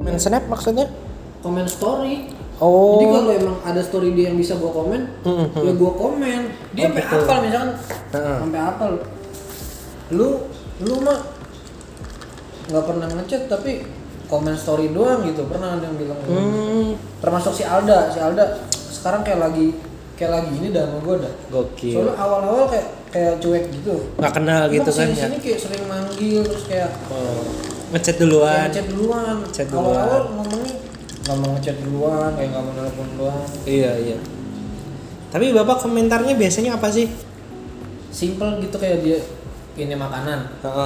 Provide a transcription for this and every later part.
Main snap maksudnya? Komen story. Oh. Jadi kalau emang ada story dia yang bisa gua komen, ya gua komen. Dia sampai gitu. hafal misalkan, sampai hafal. Lu mah nggak pernah ngechat tapi komen story doang gitu. Pernah ada yang bilang. Termasuk si Alda sekarang kayak lagi ini dah sama gua dah. Gokil. Soalnya awal-awal kayak cuek gitu. Nggak kenal gitu kan ya? Sini kayak sering manggil terus kayak ngechat duluan. Ngechat duluan. Awal-awal ngomongnya nggak mau ngechat duluan, kayak nggak mau nelfon doang. Iya. Tapi bapak komentarnya biasanya apa sih? Simple gitu kayak dia ini makanan.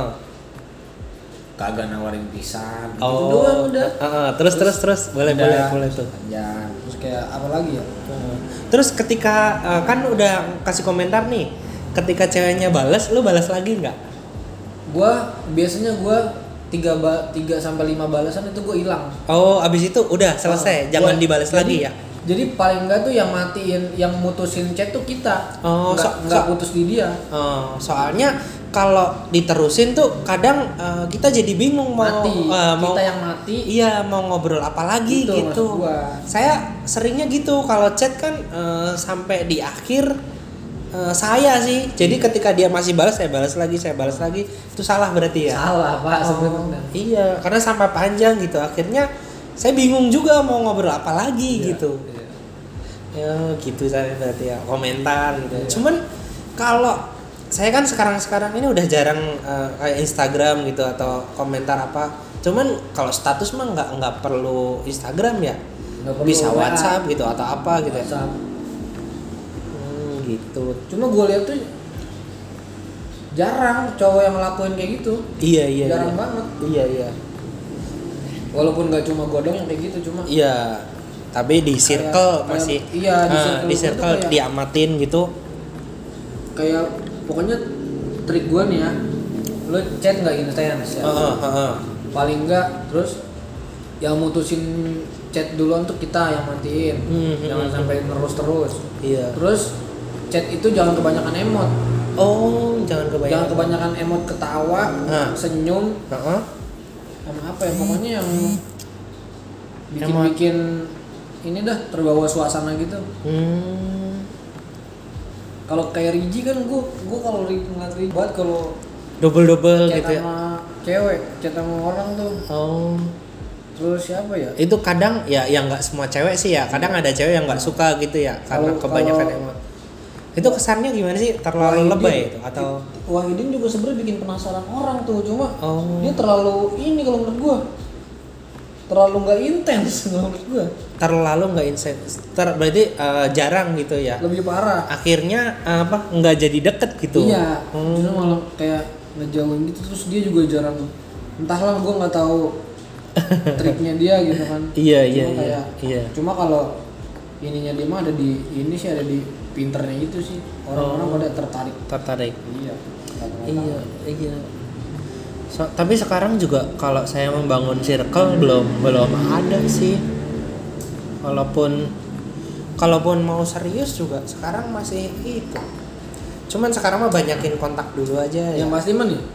Kagak nawarin pisang. Gitu doang udah. Terus boleh tuh. Panjang. Terus kayak apa lagi ya? Terus ketika kan udah kasih komentar nih, ketika ceweknya balas, lu balas lagi nggak? Biasanya gua 3 sampai 5 balasan itu gua hilang. Oh, abis itu udah selesai, jangan dibalas lagi ya? Jadi paling enggak tuh yang matiin, yang mutusin chat tuh kita. Enggak putus di dia. Soalnya kalau diterusin tuh kadang kita jadi bingung mau kita yang mati. Iya, mau ngobrol apa lagi gitu. Saya seringnya gitu kalau chat kan sampai di akhir saya sih. Jadi ketika dia masih balas, saya balas lagi. Itu salah berarti ya? Salah, Pak, sebenarnya. Iya, karena sampai panjang gitu. Akhirnya saya bingung juga mau ngobrol apa lagi gitu. Iya. Ya gitu saya berarti ya, komentar gitu. Iya. Cuman kalau saya kan sekarang ini udah jarang kayak Instagram gitu atau komentar apa. Cuman kalau status mah nggak perlu Instagram ya. Bisa WhatsApp gitu atau apa gitu ya. Gitu. Cuma gue lihat tuh jarang cowok yang ngelakuin kayak gitu. Iya. Jarang banget. Iya. Walaupun nggak cuma gue dong yang kayak gitu, cuma. Iya. Tapi di circle masih. Iya, di circle kayak, diamatin gitu. Kayak pokoknya trik gue nih ya. Lo chat nggak intens ya. Paling nggak terus yang mutusin chat duluan tuh kita yang matiin. Jangan sampai terus. Iya. Terus chat itu jangan kebanyakan emot. Oh, jangan kebanyakan emot ketawa, senyum. Sama apa ya? Pokoknya yang bikin ini dah terbawa suasana gitu. Kalau kayak Riji kan gua kalau ngeliat Riji banget kalau double gitu ya. Sama cewek, chat sama orang tuh. Terus siapa ya? Itu kadang ya yang nggak semua cewek sih ya. Kadang ada cewek yang nggak suka gitu ya karena kebanyakan emot. Itu kesannya gimana sih? Terlalu lebay itu atau Wahidin juga sebenarnya bikin penasaran orang tuh, cuma dia terlalu ini kalau menurut gua. Terlalu nggak intens menurut gua. Terlalu nggak intens. Berarti jarang gitu ya. Lebih parah. Akhirnya nggak jadi deket gitu. Iya. Justru malah kayak ngejauhin gitu, terus dia juga jarang. Entahlah, gua nggak tahu triknya dia gitu kan. Iya. Cuma kalau ininya dia mah ada di pinternya itu sih, orang-orang pada tertarik. Iya. Tapi sekarang juga kalau saya membangun circle belum ada sih. Kalaupun mau serius juga sekarang masih itu. Cuman sekarang mah banyakin kontak dulu aja. Yang pasti mah nih,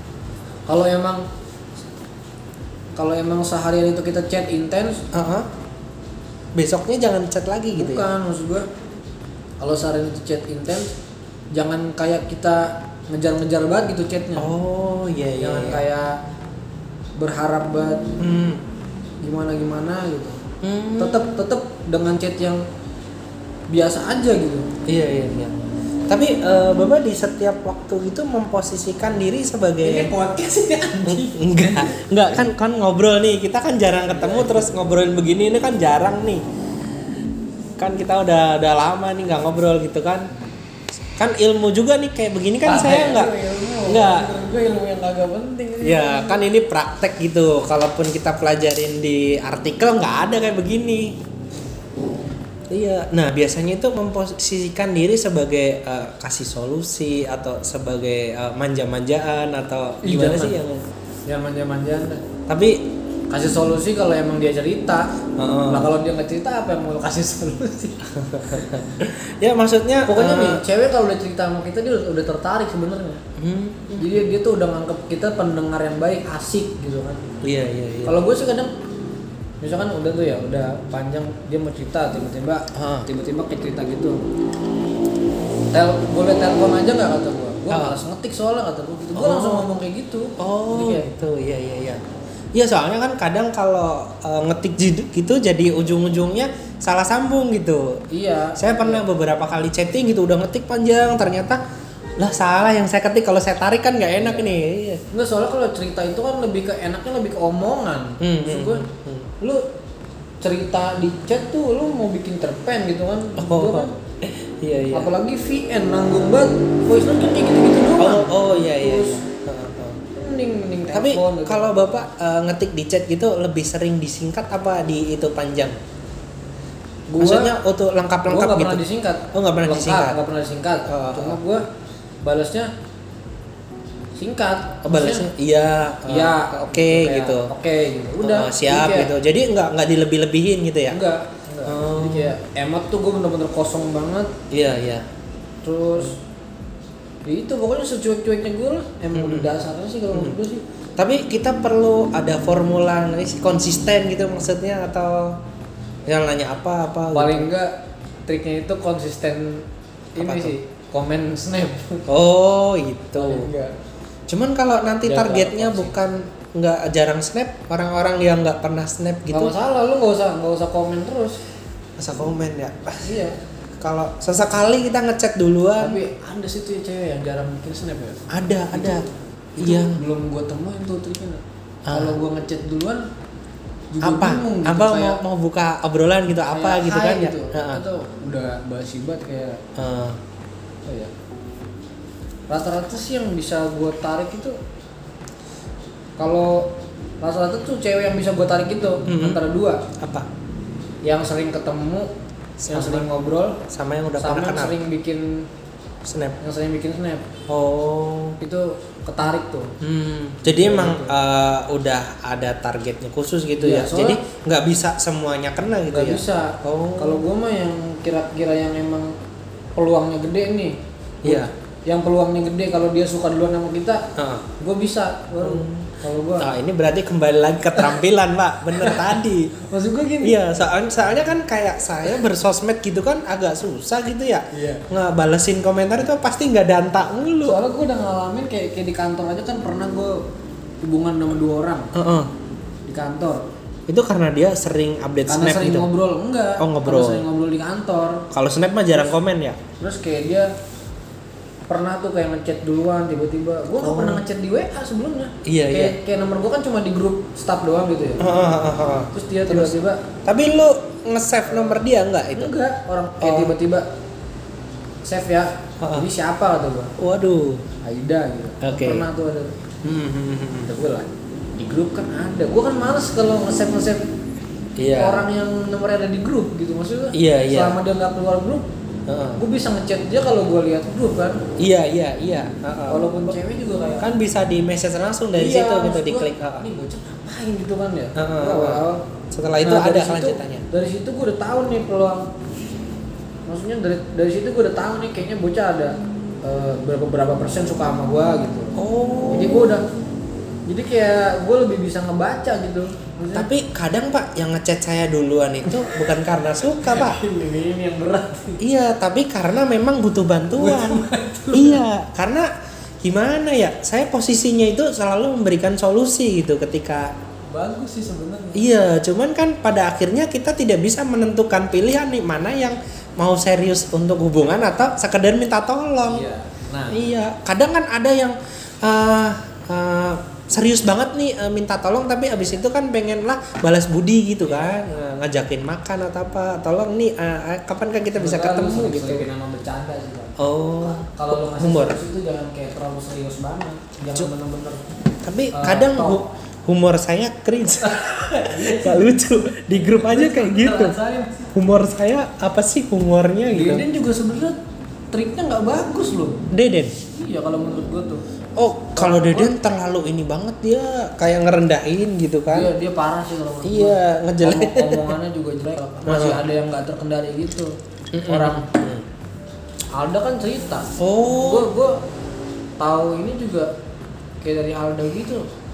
kalau emang seharian itu kita chat intens, besoknya jangan chat lagi gitu. Bukan, maksud gue kalau seharian itu chat intens, jangan kayak kita ngejar-ngejar banget gitu chatnya. Oh iya. Jangan kayak berharap banget gimana gitu. Tetap dengan chat yang biasa aja gitu. Iya. Tapi Bapak di setiap waktu itu memposisikan diri sebagai ini podcast ini anjing. Enggak kan ngobrol nih. Kita kan jarang ketemu terus ngobrolin begini, ini kan jarang nih. Kan kita udah lama nih nggak ngobrol gitu kan. Kan ilmu juga nih kayak begini kan saya enggak. Gue ilmu yang agak penting sih. Ya, kan ini praktek gitu. Kalaupun kita pelajarin di artikel nggak ada kayak begini. Iya. Nah, biasanya itu memposisikan diri sebagai kasih solusi atau sebagai manja-manjaan atau gimana sih yang manja-manjaan. Tapi kasih solusi kalau emang dia cerita. Nah, kalau dia nggak cerita apa yang mau kasih solusi? Ya maksudnya pokoknya nih, cewek kalau udah cerita sama kita dia udah tertarik sebenarnya. Jadi dia tuh udah nganggep kita pendengar yang baik, asik gitu kan. Iya. Kalau gue sih kadang misalkan udah tuh ya, udah panjang dia mau cerita tiba-tiba kayak cerita gitu. Boleh telepon aja nggak kata gue malas ngetik soalnya kata gue gitu. Gue langsung ngomong kayak gitu. Gitu. Iya. Iya, soalnya kan kadang kalau ngetik gitu jadi ujung-ujungnya salah sambung gitu. Iya. Saya pernah beberapa kali chatting gitu udah ngetik panjang, ternyata lah salah yang saya ketik, kalau saya tarik kan nggak enak ini. Iya. Enggak, soalnya kalau cerita itu kan enaknya lebih ke omongan. Maksud gue, lu cerita di chat tuh lu mau bikin cerpen gitu kan. Kan iya. Apalagi VN nanggung banget. Voice note kan kayak gitu-gitu doang. Iya. Mending tapi gitu. Kalau Bapak ngetik di chat gitu lebih sering disingkat apa di itu panjang? Maksudnya untuk lengkap-lengkap gitu? Gue gak pernah disingkat. Nggak pernah disingkat? Gak pernah disingkat. Cuma gue balasnya singkat. Balasnya oke gitu. Oke gitu. Udah. Siap kayak, gitu. Jadi nggak dilebih-lebihin gitu ya? Enggak. Jadi kayak emot tuh gue bener-bener kosong banget. Iya. Terus ya itu pokoknya secuek-cueknya gue lah. Emang udah dasarnya sih kalau menurut gue sih. Tapi kita perlu ada formula konsisten gitu maksudnya, atau yang nanya apa paling gitu. enggak triknya itu konsisten apa ini tuh? sih, komen snap. Gitu. Enggak. Cuman kalau nanti targetnya bukan nggak jarang snap, orang-orang yang nggak pernah snap gitu. Nggak masalah, lu nggak usah komen terus. Masa komen ya? Iya. Kalau sesekali kita ngechat duluan. Tapi ada sih tuh cewek yang jarang bikin snap ya. Ada. Itu iya. Belum gua temuin tuh triknya. Kalau gua ngechat duluan juga apa? Bingung, gitu, apa kayak, mau buka obrolan gitu apa gitu kan gitu. ya? Atau udah basi banget kayak. Ya. Rata-rata sih yang bisa gua tarik itu, kalau rata-rata tuh cewek yang bisa gua tarik itu antara dua. Apa? Yang sering ketemu, yang sering ngobrol, sama yang udah sama pernah yang kenal. sering bikin snap. Yang sering bikin snap. Itu ketarik tuh. Jadi emang udah ada targetnya khusus gitu ya. Jadi nggak bisa semuanya kena gitu ya. Nggak bisa. Kalau gue mah yang kira-kira yang emang peluangnya gede nih. Iya. Yang peluangnya gede, kalau dia suka duluan sama kita, gue bisa. Kalau gue. Ini berarti kembali lagi ke keterampilan, Pak. Bener tadi. Maksud gue gini. Iya, soalnya kan kayak saya bersosmed gitu kan agak susah gitu ya. Iya. Ngebalesin komentar itu pasti nggak dantak mulu. Soalnya gue udah ngalamin kayak di kantor aja kan pernah gue hubungan sama 2 orang. Di kantor. Itu karena dia sering update karena snap sering gitu. Ngobrol, enggak. Ngobrol. Karena sering ngobrol di kantor. Kalau snap mah jarang komen ya. Terus kayak dia pernah tuh kayak ngechat duluan tiba-tiba. Gue nggak pernah ngechat di WA sebelumnya. Iya. Kayak nomor gue kan cuma di grup staff doang gitu ya. Terus dia tiba-tiba. Tapi lu nge-save nomor dia enggak itu? Enggak, orang kayak tiba-tiba save ya. Ini siapa kata gue? Waduh. Aida gitu. Pernah tuh ada. Udah gue lah. Di grup kan ada. Gue kan males kalau nge-save orang yang nomornya ada di grup gitu maksudnya. Iya. Selama dia nggak keluar grup. Gue bisa ngechat dia kalau gue lihat grup kan. Iya. Walaupun cewek juga kayak kan bisa di message langsung dari situ gitu, diklik. Ini bocah ngapain gitu kan ya. Setelah itu ada kelanjutannya. Dari situ gue udah tahu nih peluang. Maksudnya dari situ gue udah tahu nih kayaknya bocah ada berapa persen suka sama gue gitu. Jadi kayak gue lebih bisa ngebaca gitu. Maksudnya, tapi kadang Pak yang ngechat saya duluan itu bukan karena suka Pak. Ini yang berat. Iya, tapi karena memang butuh bantuan. Iya, karena gimana ya? Saya posisinya itu selalu memberikan solusi gitu ketika. Bagus sih sebenarnya. Iya, cuman kan pada akhirnya kita tidak bisa menentukan pilihan nih mana yang mau serius untuk hubungan atau sekedar minta tolong. Iya. Iya, kadang kan ada yang serius banget nih minta tolong, tapi abis itu kan pengen lah balas budi gitu kan, ngajakin makan atau apa, tolong nih kapan kan kita bisa ketemu gitu. Nama bercanda sih Bang. Kalau lo ngasih humor itu jangan kayak terlalu serius banget, jangan bener-bener. Tapi kadang humor saya cringe. Gak lucu di grup aja kayak gitu. Humor saya apa sih humornya gitu? Deden juga sebenarnya triknya nggak bagus loh. Deden? Iya kalau menurut gua tuh. Kalau Deden terlalu ini banget, dia kayak ngerendahin gitu kan. Dia parah sih kalau menurut gua. Ngejelek. Omongannya juga jelek. Masih ada yang nggak terkendali gitu. Orang Alda kan cerita. Gua tahu ini juga kayak dari Alda gitu.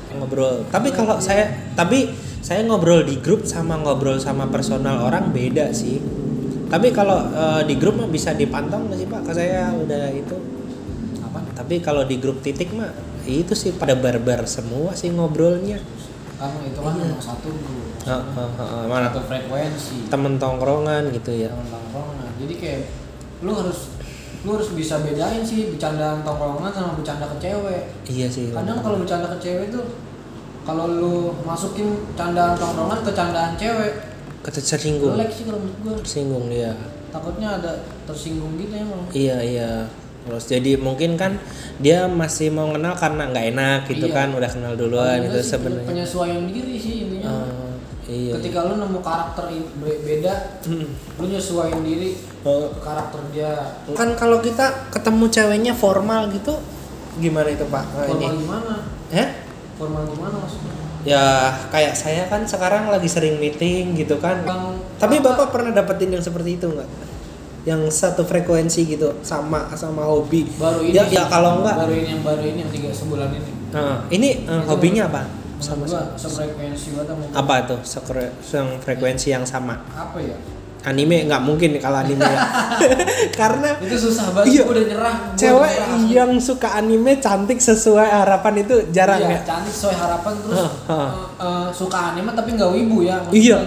ngobrol. Tapi kalau saya ngobrol di grup sama ngobrol sama personal orang beda sih. Tapi kalau di grup mah bisa dipantau nggak sih Pak? Ke saya udah itu. Apa? Tapi kalau di grup titik mah itu sih pada barbar semua sih ngobrolnya. Kamu itu kan nomor satu grup. Mana satu frekuensi. Temen tongkrongan gitu ya. Temen tongkrongan. Jadi kayak lu harus bisa bedain sih bercandaan tongkrongan sama bercanda ke cewek. Iya sih. Kadang kalau bercanda ke cewek tuh kalau lu masukin candaan tongkrongan ke candaan cewek, tersinggung. jelek sih kalau menurut gua. Tersinggung ya. Takutnya ada tersinggung gitu emang. Iya. Terus jadi mungkin kan dia masih mau kenal karena nggak enak gitu kan, udah kenal duluan itu sebenarnya. Penyesuaian diri sih intinya. Iya. Ketika lu nemu karakter beda, lu nyesuaiin diri ke karakter dia. Kan kalau kita ketemu ceweknya formal gitu, gimana itu Pak? Formal gimana? Formal gimana maksudnya? Ya kayak saya kan sekarang lagi sering meeting gitu kan. Tapi Bapak pernah dapetin yang seperti itu nggak? Yang satu frekuensi gitu sama hobi. Baru ini. Ya kalau enggak. Baru ini yang 3 sebulan ini. Ini hobinya apa? Sama sefrekuensi banget. Apa tuh? Frekuensi yang sama. Apa ya? Anime nggak mungkin kalau anime ya. Karena itu susah banget. Gua udah nyerah. Cewek yang suka anime cantik sesuai harapan itu jarang ya. Cantik sesuai harapan terus suka anime tapi nggak wibu ya. Iya.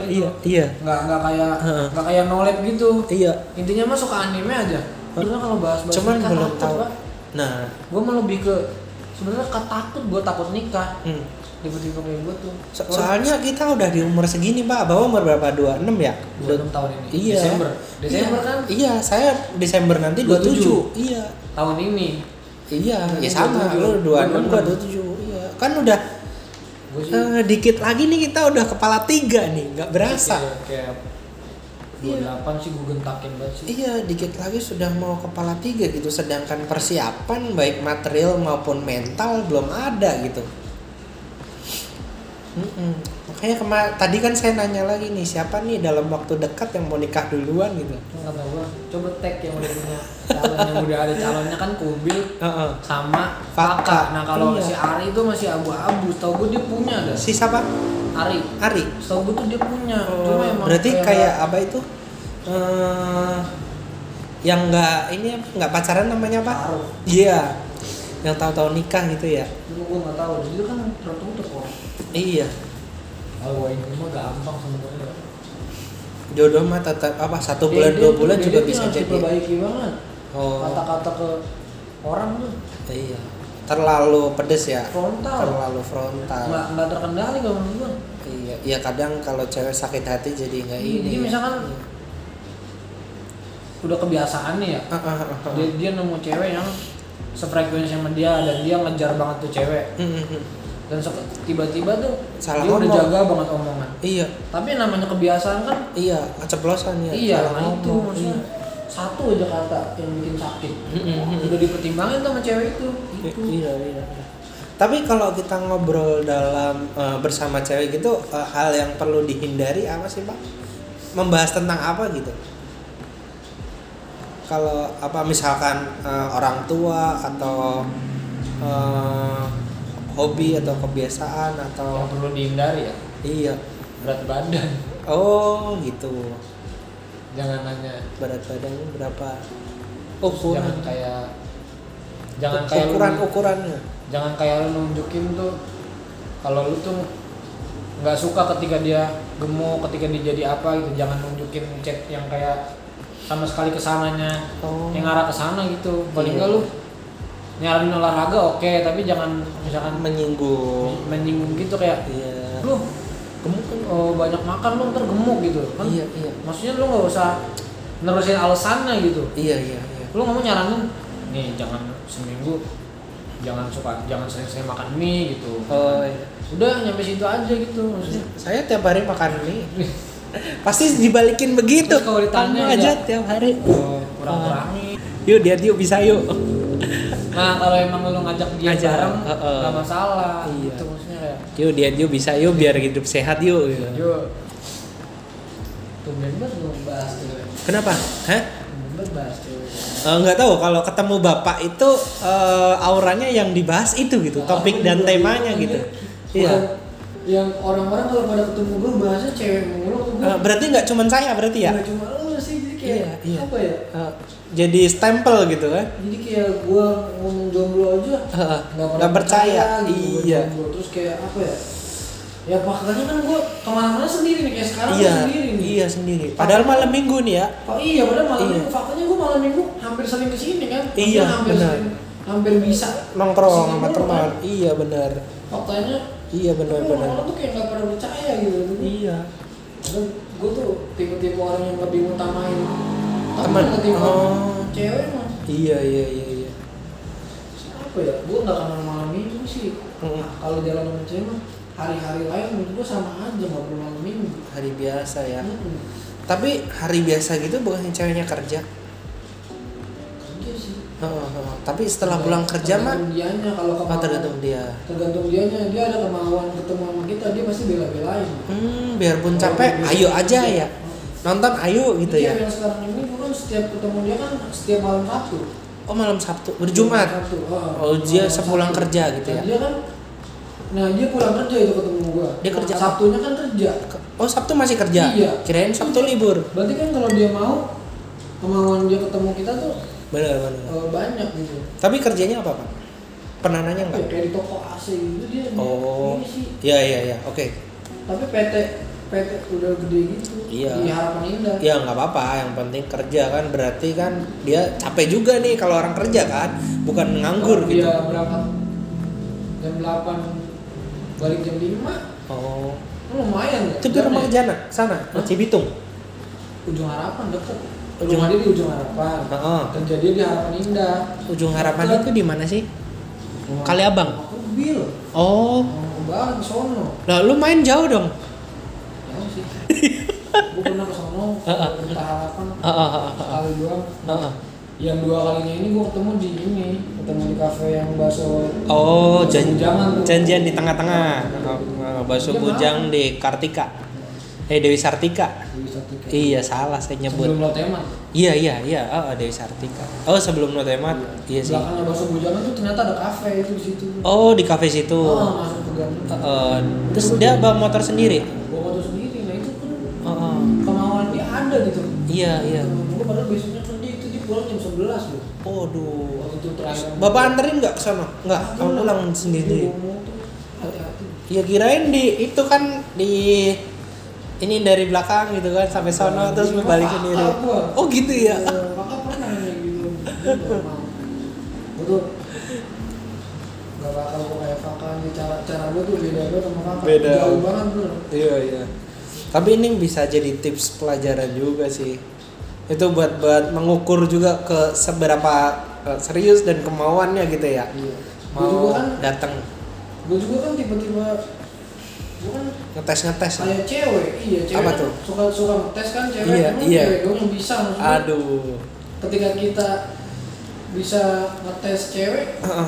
Nggak kayak nolep gitu. Iya. Intinya mah suka anime aja. Sebenarnya kalau bahas cuman nikah belum tahu. Pak. Nah, gue mau lebih ke sebenarnya takut nikah. Tiba-tiba kayak gue tuh. Soalnya kita udah di umur segini Pak. Bapak umur berapa? 26 ya? 26 tahun ini. Iya. Desember kan? Iya, saya Desember nanti 27. Iya. Tahun ini. Iya, ya sama. Lu 26 gua 27. Iya. Kan udah dikit lagi nih kita udah kepala 3 nih, nggak berasa. Kayak 28 sih gue gentakin banget sih. Iya, dikit lagi sudah mau kepala 3 gitu. Sedangkan persiapan baik material maupun mental belum ada gitu. Makanya tadi kan saya nanya lagi nih, siapa nih dalam waktu dekat yang mau nikah duluan gitu. Nggak tahu gua. Coba tag yang udah punya calon, yang udah ada calonnya kan Kubil sama Faka. Nah kalau si Ari itu masih abu-abu. Setahu gua dia punya ada. Si siapa? Ari. Setahu gua tuh dia punya. Cuma emang berarti kayak apa itu? Yang nggak pacaran namanya apa? Iya. Yang tahu-tahu nikah gitu ya. Cuma gua nggak tahu. Itu kan tertutup kok. Iya. Kalau ini mah gampang sebenarnya. Jodoh mah tetap 1 bulan 2 bulan juga bisa jadi. Diperbaiki banget. Kata-kata ke orang tuh. Iya. Terlalu pedes ya. Terlalu frontal. Nggak terkendali kalau menurut gua. Iya. Ya kadang kalau cewek sakit hati jadi nggak ini. Jadi misalkan udah kebiasaan nih ya. Dia nemu cewek yang sefrekuensi sama dia dan dia ngejar banget tuh cewek. Dan tiba-tiba tuh salah dia udah jaga banget omongan. Iya. Tapi namanya kebiasaan kan. Iya, keceplosan ya. Iya, nah itu maksudnya satu aja kata yang bikin sakit. Udah dipertimbangin sama cewek itu. Iya. Tapi kalau kita ngobrol bersama cewek gitu, hal yang perlu dihindari apa sih Pak? Membahas tentang apa gitu? Kalau misalkan orang tua atau hobi atau kebiasaan atau yang perlu dihindari ya? Iya. Berat badan. Oh gitu. Jangan nanya berat badannya berapa. Jangan kayak ukurannya. Jangan kayak lu nunjukin tuh kalau lu tuh nggak suka ketika dia gemuk, ketika dia jadi apa gitu. Jangan nunjukin chat yang kayak sama sekali kesananya, yang arah ke sana gitu. Paling nggak lu nyaranin olahraga oke, tapi jangan misalkan menyinggung gitu kayak lu gemuk kan, banyak makan lu ntar gemuk gitu kan. Iya. Maksudnya lu nggak usah nerusin alasannya gitu. Iya. Lu ngomong nyaranin nih jangan seminggu jangan sering-sering makan mie gitu. Iya. Udah nyampe situ aja gitu maksudnya. Saya tiap hari makan mie. Pasti dibalikin begitu. Terus kalau ditanya aja tiap hari. Kurang-kurangin. Yuk bisa yuk. Nah kalau emang lu ngajak dia bareng nggak masalah. Iya. Gitu maksudnya ya. Yuk bisa yuk biar hidup sehat yuk. Yuk. Tuh members lu bahas tuh. Kenapa? Members bahas tuh. Nggak tahu kalau ketemu bapak itu auranya yang dibahas itu gitu, topik dan temanya gitu. Iya. Yang orang-orang kalau pada ketemu gue bahasnya cewek mulu tuh gue. Berarti nggak cuma saya berarti ya? Nggak cuma lu sih, jadi kayak apa ya? Jadi stempel gitu kan? Jadi kayak gue ngomong jomblo aja nggak percaya. Gitu, iya. Terus kayak apa ya? Ya faktanya kan gue kemana-mana sendiri nih, kayak sekarang iya, sendiri nih. Iya sendiri. Padahal malam minggu nih ya. Oh iya, padahal malam minggu. Faktanya gue malam minggu hampir sering kesini kan. Iya, benar. Hampir bisa nongkrong sama teman. Kan? Iya benar. Faktanya. Iya benar. Orang tuh kayak nggak pernah percaya gitu. Iya. Padahal gue tuh tipe-tipe orang yang lebih utamain teman. Cewek mah. Iya. Apa ya? Gue nggak kenal malam minggu sih. Kalau jalan sama cewek mah hari-hari lain menurut gue sama aja, nggak perlu malam minggu. Hari biasa ya. Tapi hari biasa gitu bukan ceweknya kerja? Kerja sih. Tapi setelah pulang kerja mah tergantung dia. Tergantung dianya, dia ada kemauan ketemu sama kita, dia pasti bela-belain. Biarpun capek, ayo aja ya. Nonton ayo gitu ya. Yang sekarang ini gue kan setiap ketemu dia kan setiap malam Sabtu. Oh malam Sabtu, berjumat. Oh dia sepulang kerja gitu ya. Dia kan, dia pulang kerja itu ketemu gue. Dia kerja. Sabtunya kan kerja. Oh Sabtu masih kerja. Iya. Kirain Sabtu libur. Berarti kan kalau dia mau, kemauan dia ketemu kita tuh benar. Banyak gitu. Tapi kerjanya apa Pak? Pernah nanya nggak? Ya, kayak di toko AC gitu dia. Oh. Iya. Oke. Tapi PT udah gede gitu. Iya. Di Harapan Indah. Ya nggak apa-apa, yang penting kerja kan, berarti kan dia capek juga nih kalau orang kerja kan, bukan nganggur gitu. Dia berangkat jam 8 balik jam 5. Oh. Lumayan ya. Itu di rumah Jana sana, Cibitung. Ujung Harapan deket. Rumah dia di Ujung Harapan. Kerja dia di Harapan Indah. Ujung Harapan itu di mana sih? Kali Abang. Bil. Oh. Banget ke sono. Lah lu main jauh dong. Jauh sih. Gue pernah ke sono, ke Harapan. Sekali doang. Yang 2 kalinya ini gue ketemu di kafe yang bakso. Oh, janjian di tengah-tengah. Bakso bujang di Kartika. Dewi Sartika. Iya salah saya nyebut. Sebelum Lotemat. Iya. Dewi Sartika. Oh sebelum Lotemat. Iya sih. Belakangnya bakso bujang itu ternyata ada kafe itu di situ. Oh di kafe situ. Masuk ke gang. Terus dia bawa motor sendiri. Bawa motor sendiri, nah itu kan kemauan dia ada gitu. Iya. Gue padahal besoknya kerja itu dia pulang jam 11 loh. Waduh. Waktu itu terakhir. Bapak anterin nggak ke sana? Nggak. Kamu pulang sendiri. Hati-hati. Ya kirain itu kan di ini dari belakang gitu kan sampai sono terus balik sendiri. Oh gitu ya. Kakak pernah kayak gitu. Betul. Gak bakal gue kayak kakak nih, cara gue tuh beda banget sama kakak. Beda. Jauh banget bro. Iya. Tapi ini bisa jadi tips pelajaran juga sih. Itu buat mengukur juga ke seberapa serius dan kemauannya gitu ya. Iya. Mau datang. Gue juga kan tiba-tiba gue kan ngetes kayak cewek. Cewek apa kan tuh? suka ngetes kan cewek. Iya. Cewek dong yang bisa maksudnya. Aduh. Ketika kita bisa ngetes cewek,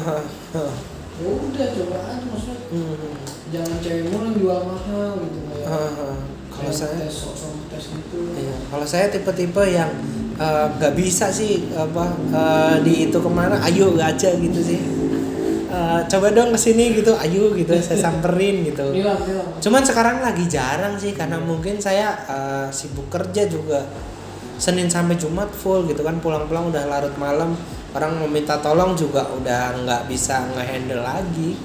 ya udah coba aja maksudnya. Jangan cewek mulu yang jual mahal gitu kayak. Kalau saya tes gitu. Iya. Kalau saya tipe-tipe yang nggak bisa sih di itu kemana, ayo aja gitu sih. Coba dong kesini gitu, ayo gitu, saya samperin gitu. Cuman sekarang lagi jarang sih karena mungkin saya sibuk kerja juga. Senin sampai Jumat full gitu kan, pulang-pulang udah larut malam, orang mau minta tolong juga udah nggak bisa ngehandle lagi.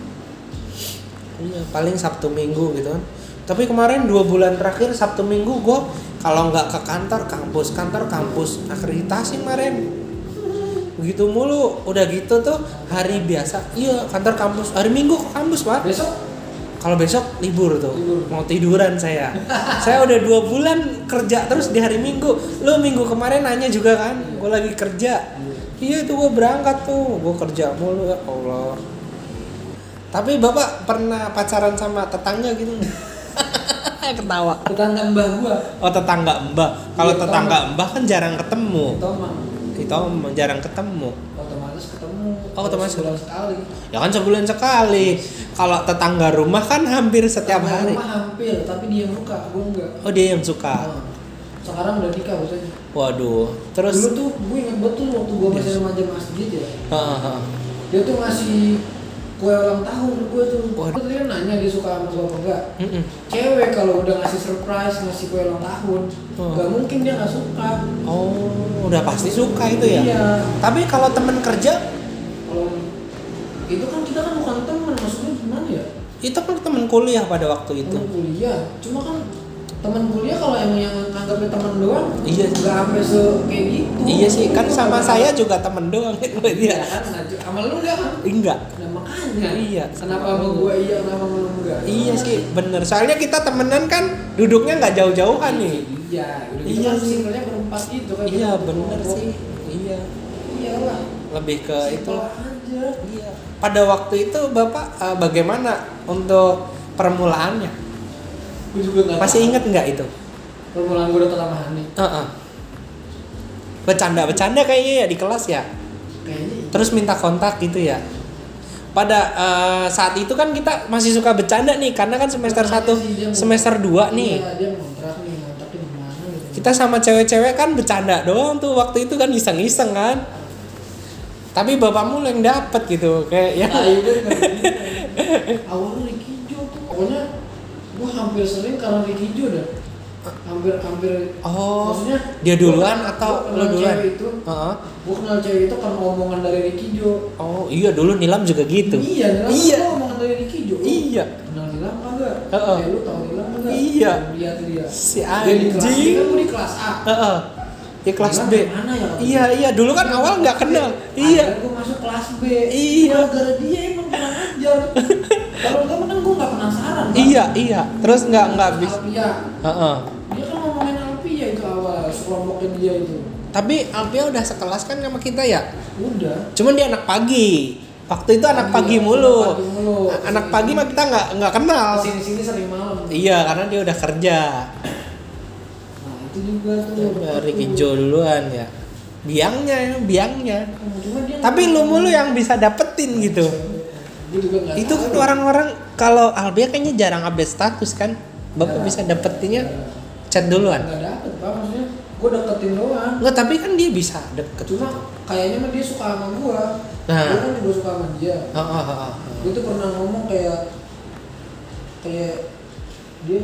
Iya, paling Sabtu Minggu gitu kan. Tapi kemarin 2 bulan terakhir Sabtu Minggu gue kalau nggak ke kantor kampus akreditasi kemarin. Begitu mulu, udah gitu tuh hari biasa, iya kantor kampus, hari Minggu ke kampus Pak. Besok? Kalau besok libur tuh, mau tiduran saya. Saya udah 2 bulan kerja terus di hari Minggu. Lo minggu kemarin nanya juga kan, gue lagi kerja. Iya itu gue berangkat tuh, gue kerja mulu ya Allah. Tapi Bapak pernah pacaran sama tetangga gitu nggak? Ketawa. Tetangga mbah gua. Oh tetangga mbah. Kalau tetangga mbah kan jarang ketemu. Kita jarang ketemu. Otomatis ketemu. Oh otomatis sebulan sekali. Ya kan sebulan sekali. Kalau tetangga rumah kan hampir setiap hari. Rumah hampir, tapi dia yang suka, gua enggak. Oh dia yang suka. Sekarang udah nikah maksudnya. Waduh. Terus dulu tuh gue ingat betul waktu gua masih remaja masjid ya. Dia tuh ngasih kue ulang tahun gue tuh. Gue tadi nanya dia suka sama gue apa enggak. Cewek kalau udah ngasih surprise, ngasih kue ulang tahun, nggak mungkin dia nggak suka. Oh, udah pasti suka itu ya. Iya. Tapi kalau teman kerja, kalau itu kan kita kan bukan teman, maksudnya gimana ya? itu kan teman kuliah pada waktu itu. Teman kuliah, cuma kan teman kuliah kalau emang yang nganggapnya teman doang, iya, nggak sampai kayak gitu. Iya sih, kan sama saya juga temen doang kan dia. Iya kan, sama lu enggak kan? Enggak. Nah makanya. Iya. Kenapa sama gua iya, kenapa sama lu enggak? Iya sih, bener. Soalnya kita temenan kan duduknya nggak jauh-jauhan nih. Iya. Iya kan sih. circle-nya berempat gitu kan. Iya gitu, bener sih. Iya. Iyalah. Lebih ke itu. Aja. Iya. Pada waktu itu Bapak bagaimana untuk permulaannya? Gua juga nggak. Masih ingat nggak itu? Permulaan gue udah sama Hani. Bercanda kayaknya ya di kelas ya. Kayaknya. Terus minta kontak gitu ya. Pada saat itu kan kita masih suka bercanda nih karena kan semester 1, semester 2 nih. Iya, dia ngontraknya di mana gitu. Kita sama cewek-cewek kan bercanda doang tuh waktu itu kan iseng-iseng kan. Tapi bapakmu yang dapet gitu kayak ya. Awalnya Ricky Jo tuh. Pokoknya gue hampir sering karena Ricky Jo dah. Hampir oh, maksudnya dia duluan atau lo duluan? Cewek itu, gue kenal cewek itu karena omongan dari Ricky Jo. Oh iya, dulu Nilam juga gitu. Nilam iya. Omongan dari Ricky Jo. Iya. Kenal Nilam kagak? Lu tau Nilam kagak? Iya. Lihat dia. Si anjing. Kan gue di kelas A. Di kelas Nilam B. Mana ya? Iya. Dulu kan awal nggak kenal. Iya. Gue masuk kelas B. Iya. Gara-gara dia emang kurang ajar. Kalau enggak kan gue nggak penasaran. Iya. Terus nggak bisa. Dia kan ngomongin Alpia itu awal, sekelompoknya dia itu. Tapi Alpia udah sekelas kan sama kita ya? Udah. Cuman dia anak pagi. Waktu itu anak pagi mulu. Anak pagi mah kita nggak kenal. Sini sering malam. Iya, karena dia udah kerja. Nah itu juga tuh. Ricky Jo duluan ya. Biangnya. Dia tapi lu mulu yang bisa dapetin gitu. Itu kan orang-orang kalau Albia kayaknya jarang update status kan. Bapak bisa dapetinnya chat duluan. Nggak dapet Pak, maksudnya gue deketin doang. Nggak, tapi kan dia bisa deket. Cuma kayaknya mah dia suka sama gue. Nah. Gue kan juga suka sama dia. Gue tuh pernah ngomong kayak dia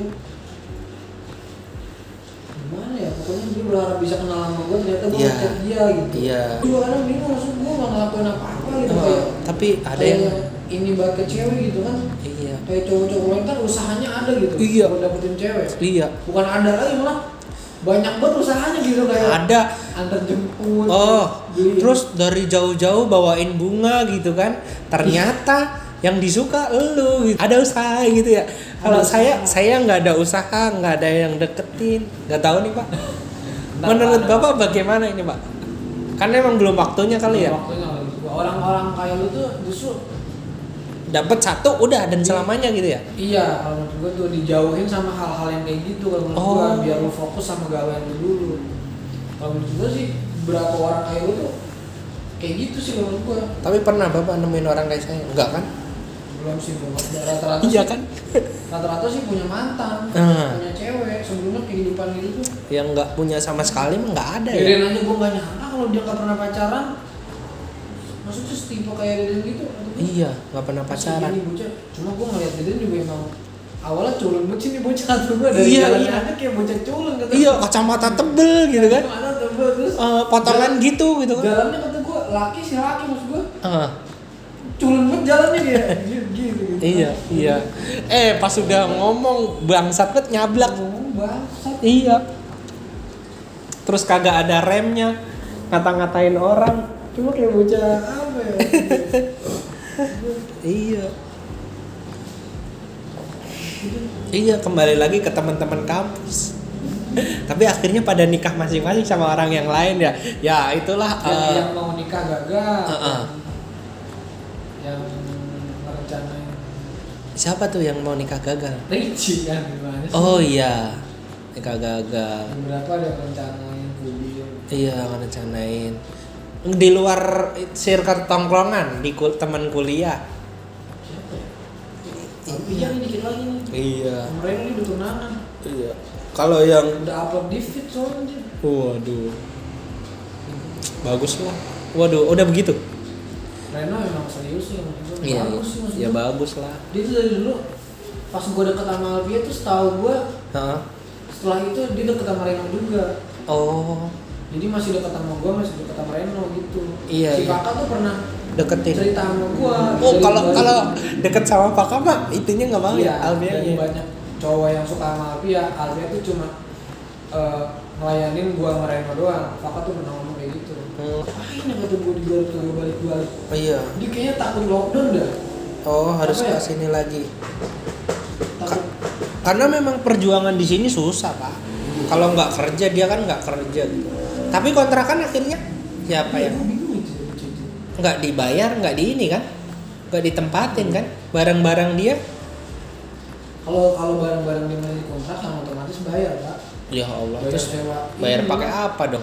gimana ya, pokoknya dia berharap bisa kenal sama gue, ternyata gue ngechat dia gitu. Iya. Gue kadang bingung, maksud gue gak ngelakuin apa-apa gitu. Tapi ada kayak yang ini banget ke cewek gitu kan. Iya. Kayak cowok-cowok lain kan usahanya ada gitu. Iya. Buat dapetin cewek. Iya. Bukan ada lagi, malah banyak banget usahanya gitu, kayak ada antar jemput. Beli. Terus dari jauh-jauh bawain bunga gitu kan. Ternyata yang disuka elu gitu. Ada usaha gitu ya. Kalau saya nggak ada usaha, nggak ada yang deketin, nggak tahu nih Pak. Menurut Bapak bagaimana ini Pak? Karena emang belum waktunya kali ya. Orang-orang kayak lu tuh justru dapat satu udah dan selamanya gitu ya. Iya, kalau menurut gue tuh dijauhin sama hal-hal yang kayak gitu kalau menurut gue, biar lu fokus sama gawean lu dulu. Kalau menurut gue sih berapa orang kayak lu tuh kayak gitu sih menurut gue. Tapi pernah Bapak nemuin orang kayak saya? Enggak kan? Belum sih, rata-rata iya sih, kan? Rata-rata sih punya mantan, punya cewek sebelumnya kehidupan gitu tuh. Yang nggak punya sama sekali mah nggak ada ya. Deden aja gue nggak nyangka kalau dia nggak pernah pacaran. Maksudnya setipe kayak Deden gitu. Iya, nggak pernah pacaran. Cuma gue ngeliat Deden juga emang awalnya culun banget sih nih bocah tuh gue dari jalannya aja kayak bocah culun kata. Iya, kacamata tebel gitu kan. Kacamata tebel terus potongan gitu kan. Jalannya kata gue laki maksud gue. Culun banget jalannya dia. gitu. Iya. Pas sudah ngomong bangsat banget nyablak. Bangsat. Iya. Terus kagak ada remnya, ngata-ngatain orang. Cuma kayak bocah apa ya? Iya, kembali lagi ke teman-teman kampus. Tapi akhirnya pada nikah masing-masing sama orang yang lain ya. Ya itulah yang mau nikah gagal. Yang merencanain. Siapa tuh yang mau nikah gagal? Ricci kan gimana sih? Oh iya. Nikah gagal. Berapa ada rencanain kuliah? Iya, rencanain. Di luar circle tongkrongan, di teman kuliah. Siapa ya? Alpia nih dikit lagi nih. Iya. Kemarin ini udah tunangan. Iya. Kalau yang udah upload di feed soalnya. Waduh. Bagus lah. Waduh, udah begitu. Reno emang serius sih maksud gue. Iya, Bagus sih maksud ya gue. bagus lah. Dia tuh dari dulu pas gue deket sama Alvia tuh setahu gue setelah itu dia deket sama Reno juga. Oh. Jadi masih deket sama gue, masih deket sama Reno gitu. Iya, Si iya. kakak tuh pernah Deketin. cerita sama gue. Oh, kalau deket sama Pak mah itunya nggak mau iya, ya, Alvia dari ya. banyak cowok yang suka sama Alvia tuh cuma ngelayanin gue sama Reno doang. Kakak tuh pernah ngomong kayak gitu. Ngapain ya kata gue di Garut kagak balik-balik. Oh iya. Dia kayaknya takut lockdown dah. Oh, harus Apa ya? ke sini lagi. Takut. Karena memang perjuangan di sini susah, Pak. Kalau nggak kerja dia kan nggak kerja gitu. Tapi kontrakan akhirnya siapa ya? Gue bingung itu. Nggak dibayar, nggak di ini kan? Nggak ditempatin kan? Barang-barang dia? Kalau barang-barang dia masih kontrak kan otomatis bayar, Pak. Ya Allah. Bayar Terus sewa. bayar pakai apa dong?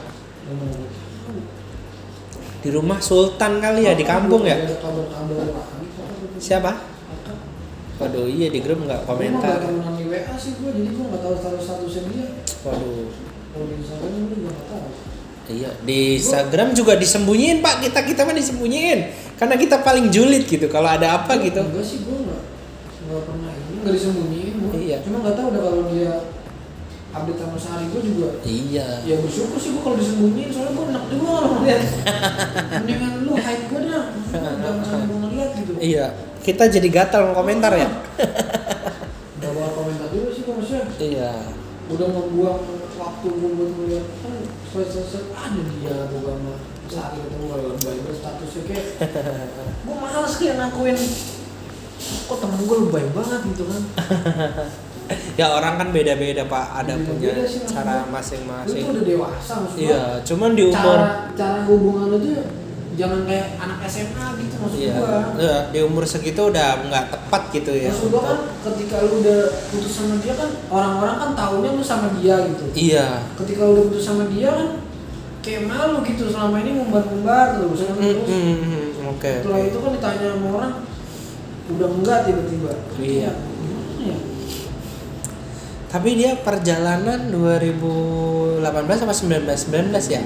Di rumah Sultan kali ya, di kampung ya? Ada kabel-kabel lagi. Siapa? Waduh, iya di grup nggak komentar. Gue nggak temenan di WA sih gue, jadi gue nggak tahu statusnya dia. Waduh. Kalau di Instagram gue juga nggak tahu. Iya, di Instagram juga disembunyiin Pak, kita mah disembunyiin. Karena kita paling julid gitu, kalau ada apa gitu. Enggak sih, gue nggak pernah ini, nggak disembunyiin. Iya. Cuma nggak tahu udah kalau dia update sama sehari gue juga. Iya. Ya bersyukur sih gue kalau disembunyiin, soalnya gue enak juga kalau ngeliat. Mendingan lu hide gue dah, jangan sampai gue ngeliat gitu. Iya, kita jadi gatal komentar ya. Udah bawa komentar dulu sih gue maksudnya. Iya. Udah membuang waktu gue buat ngeliat kan selesai ada dia gue sama saat ketemu kalau lebay statusnya kayak gue malas kayak ngakuin kok temen gue lebay banget gitu kan. Ya orang kan beda-beda Pak, ada punya Beda-beda sih, cara lu masing-masing. tuh udah dewasa maksudnya. Iya, cuman di umur cara hubungan lu tuh jangan kayak anak SMA gitu maksud iya, gua. iya, di umur segitu udah nggak tepat gitu ya. Maksud gua kan ketika lu udah putus sama dia kan orang-orang kan taunya lu sama dia gitu. Iya. Ketika lu udah putus sama dia kan kayak malu gitu, selama ini ngumbar-ngumbar terus kan terus. Oke. Setelah itu kan ditanya sama orang udah enggak tiba-tiba. Iya. Gimana ya? Tapi dia perjalanan 2018 sama 19 ya?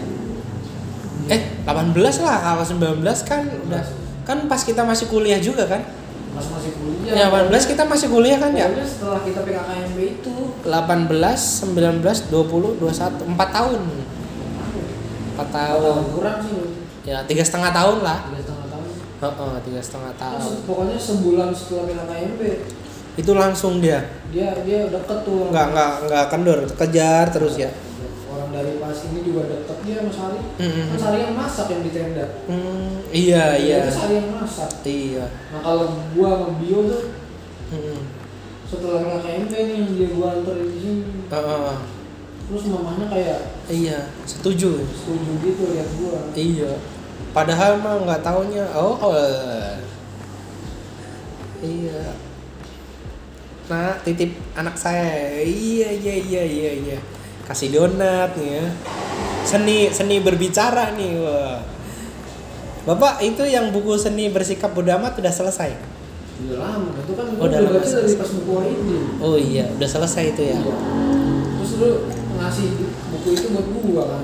18 lah, kalau 19 kan udah kan pas kita masih kuliah juga kan? Masih kuliah. Ya 18 kita masih kuliah kan ya? Pokoknya setelah kita PKKMB itu 18, 19, 20, 21, 4 tahun. 4 tahun. kurang sih. Ya 3,5 tahun lah. 3,5 tahun. Heeh, 3,5 tahun. Pokoknya sebulan setelah PKKMB Itu langsung dia. dia deket tuh. Enggak kendor, kejar terus ya. Orang dari pas ini juga deket dia sama Sari. Mm-mm. Kan Sari yang masak yang di tenda. Iya. Itu Sari yang masak. Iya. Nah kalau gua sama Bio tuh Mm-mm. setelah PKKMB nih yang dia gua anterin di sini. Heeh. Terus mamahnya kayak Iya, setuju. setuju gitu lihat gua. Iya. Padahal mah nggak taunya. Iya. Nah, titip anak saya. Iya. Kasih donat nih ya. Seni berbicara nih. Wah. Bapak itu yang buku seni bersikap bodo amat udah selesai. Udah lama, itu kan Oh, gua udah udah lama baca dari pas buku ini. Oh iya, udah selesai itu ya. Iya. Terus lu ngasih buku itu buat gua kan.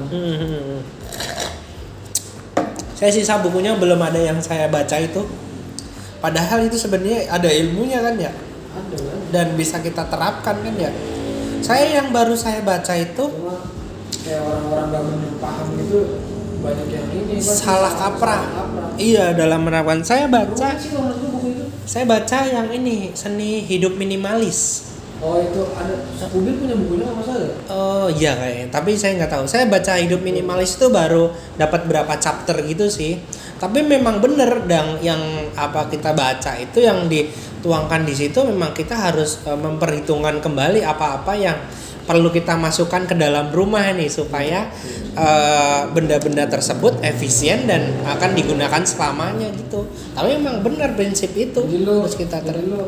Saya sisa bukunya belum ada yang saya baca itu. Padahal itu sebenarnya ada ilmunya kan ya. Ada kan. Dan bisa kita terapkan kan ya. Saya yang baru saya baca itu Cuma kayak orang-orang gak paham gitu banyak yang ini kan salah kaprah. salah kaprah. Iya, dalam menerapkan. Saya baca Rumah sih kalau menurut lu buku itu. Saya baca yang ini, Seni Hidup Minimalis. Oh itu ada Ubin punya bukunya nggak masalah. Oh iya kayaknya, tapi saya nggak tahu. Saya baca Hidup Minimalis itu baru dapat berapa chapter gitu sih. Tapi memang bener dang yang apa kita baca itu yang dituangkan di situ memang kita harus memperhitungkan kembali apa-apa yang perlu kita masukkan ke dalam rumah nih supaya benda-benda tersebut efisien dan akan digunakan selamanya gitu. Tapi memang benar prinsip itu harus kita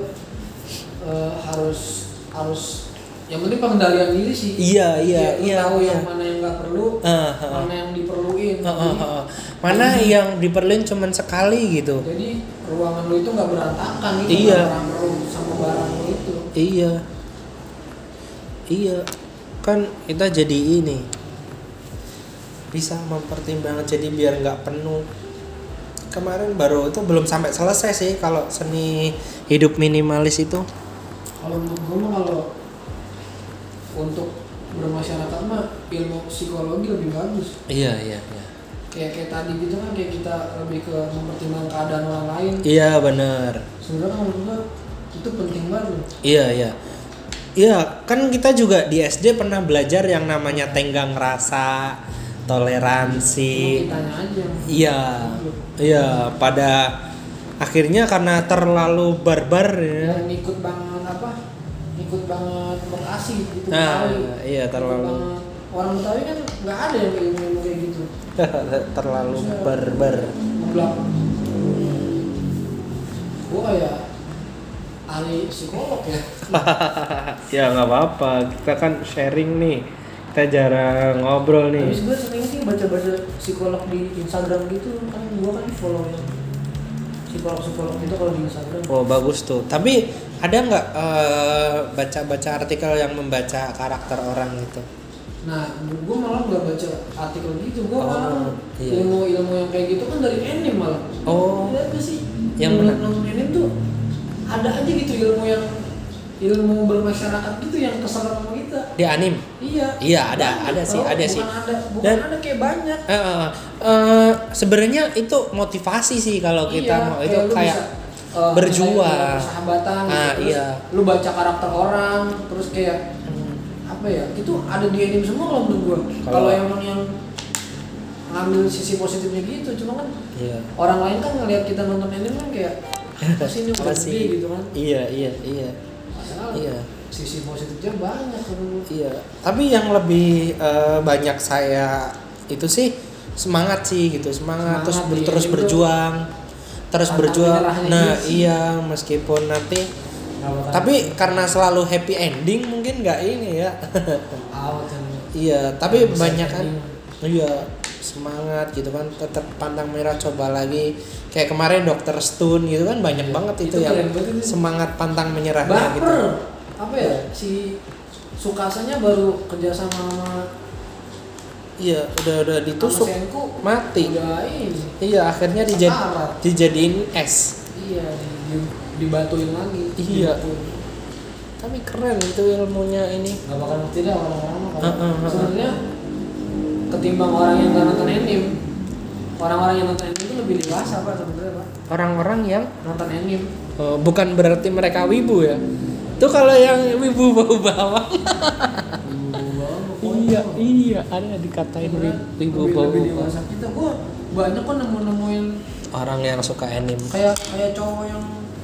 harus yang penting pengendalian diri sih. Iya. Tahu yang mana yang nggak perlu, mana yang diperluin. Mana yang diperluin cuman sekali gitu. Jadi ruangan lu itu nggak berantakan itu. Iya. Sama barang lu itu. Iya. Kan kita jadi ini bisa mempertimbangkan jadi biar nggak penuh. kemarin baru itu belum sampai selesai sih kalau seni hidup minimalis itu. Kalau menurut gue mah kalau untuk bermasyarakat mah ilmu psikologi lebih bagus. Iya. Kayak tadi gitu kan, kayak kita lebih ke mempertimbangkan keadaan orang lain. Iya benar. Sebenarnya menurut gue itu penting banget. Iya, kan kita juga di SD pernah belajar yang namanya tenggang rasa, toleransi. Kitanya aja. Iya, pada akhirnya karena terlalu barbar ya. Ngikut banget Bekasi gitu. Nah, Betawi. iya terlalu. Orang Betawi kan nggak ada yang ilmu kayak gitu. Terlalu barbar. Ngeblak. Gua kayak ahli psikolog ya. Ya nggak apa-apa, kita kan sharing nih, kita jarang ngobrol nih. Habis gue sering sih baca-baca psikolog di Instagram gitu, kan gue kan follow yang psikolog gitu kalau di Instagram. Oh bagus tuh, tapi ada nggak baca-baca artikel yang membaca karakter orang gitu? Nah, gue malah nggak baca artikel gitu, gue malah iya. ilmu yang kayak gitu kan dari anime malah. Oh. Lihat gak sih? Yang benar. Nonton anime tuh ada aja gitu ilmu bermasyarakat gitu yang kesal sama kita. Di anime? Iya ada sih. Bukan ada kayak banyak. Sebenarnya itu motivasi sih kalau kita mau itu kayak berjuang. Persahabatan. Gitu. Iya. Lu baca karakter orang, terus kayak apa ya? Itu ada di anime semua kalau menurut gua. Kalau emang yang ngambil sisi positifnya gitu, cuma kan orang lain kan ngelihat kita nonton anime kan kayak apa sih ini udah gede gitu kan. Iya. Padahal sisi positifnya banyak kan. Iya, tapi yang lebih banyak saya itu sih semangat sih gitu, semangat terus berjuang. Nah, iya meskipun nanti tapi karena selalu happy ending mungkin nggak ini ya. Iya, tapi banyak kan. Iya, semangat gitu kan, tetap pantang menyerah, coba lagi. Kayak kemarin Dr. Stone gitu kan banyak banget itu yang semangat pantang menyerahnya gitu. Apa ya? Si Sukasanya baru kerja sama udah ditusuk mati. Iya, akhirnya dijadiin es. Iya, dibatuin lagi. Iya. Tapi keren itu ilmunya ini. Gak bakal ngerti dah orang-orang. Sebenarnya ketimbang orang yang gak nonton anime, orang-orang yang nonton anime itu lebih dewasa Pak sebenarnya Pak. Orang-orang yang nonton anime. Bukan berarti mereka wibu ya. Itu kalau yang wibu bau bawang. Iya, ada dikatain wibu bau lebih dewasa kita. Gua banyak kok nemuin orang yang suka anime. Kayak cowok yang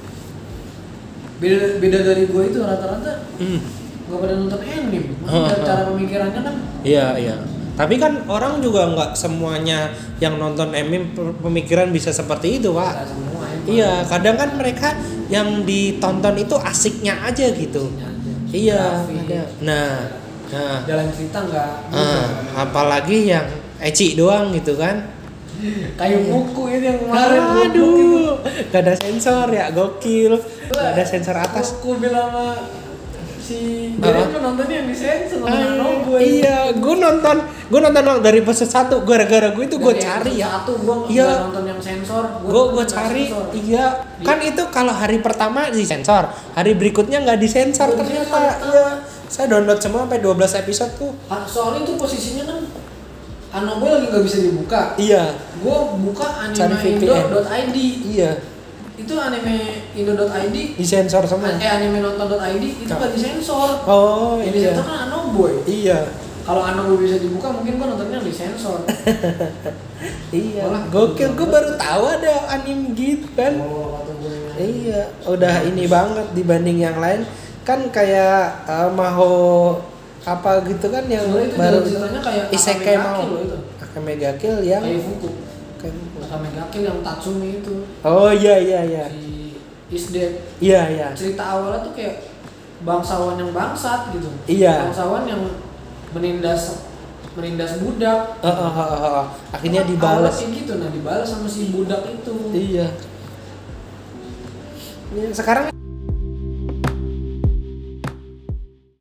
beda dari gue itu rata-rata nggak pada nonton anime. Cara pemikirannya kan. Iya. Tapi kan orang juga nggak semuanya yang nonton anime pemikiran bisa seperti itu, Pak. Iya, kadang kan mereka yang ditonton itu asiknya aja gitu. Iya, ada. Nah, jalan cerita nggak. Apalagi yang ecchi doang gitu kan. Kayak buku itu yang kemarin. Aduh, gak ada sensor ya, gokil. Gak ada sensor atas. Aku bilang sama si Derek tuh nontonnya yang disensor nonton Iya, gue nonton dari episode 1 gara-gara gue itu gue cari ya. Gue nonton yang sensor. Gue cari, iya. Kan itu kalau hari pertama disensor, hari berikutnya nggak disensor ternyata. Iya, saya download semua sampai 12 episode tuh. Soalnya itu posisinya kan Anoboy lagi nggak bisa dibuka. Iya. Gue buka anime.indo.id. Iya. Itu anime indo.id disensor semua. Anime nonton.id itu nggak disensor. Oh iya. Disensor kan Anoboy. Iya. Kalau Anoboy bisa dibuka mungkin gue nontonnya disensor. Iya. Gokil, gue baru tahu ada anime gitu kan. Iya. Udah ini banget dibanding yang lain. Kan kayak mau apa gitu kan yang baru kayak isekai mau Akame ga Kill yang kayak Fuku Akame ga Kill yang Tatsumi itu. Oh iya si Is Dead. Iya cerita awalnya tuh kayak bangsawan yang bangsat gitu. Iya, bangsawan yang menindas budak. akhirnya dibalas kayak gitu, dibalas sama si budak itu. Iya. Sekarang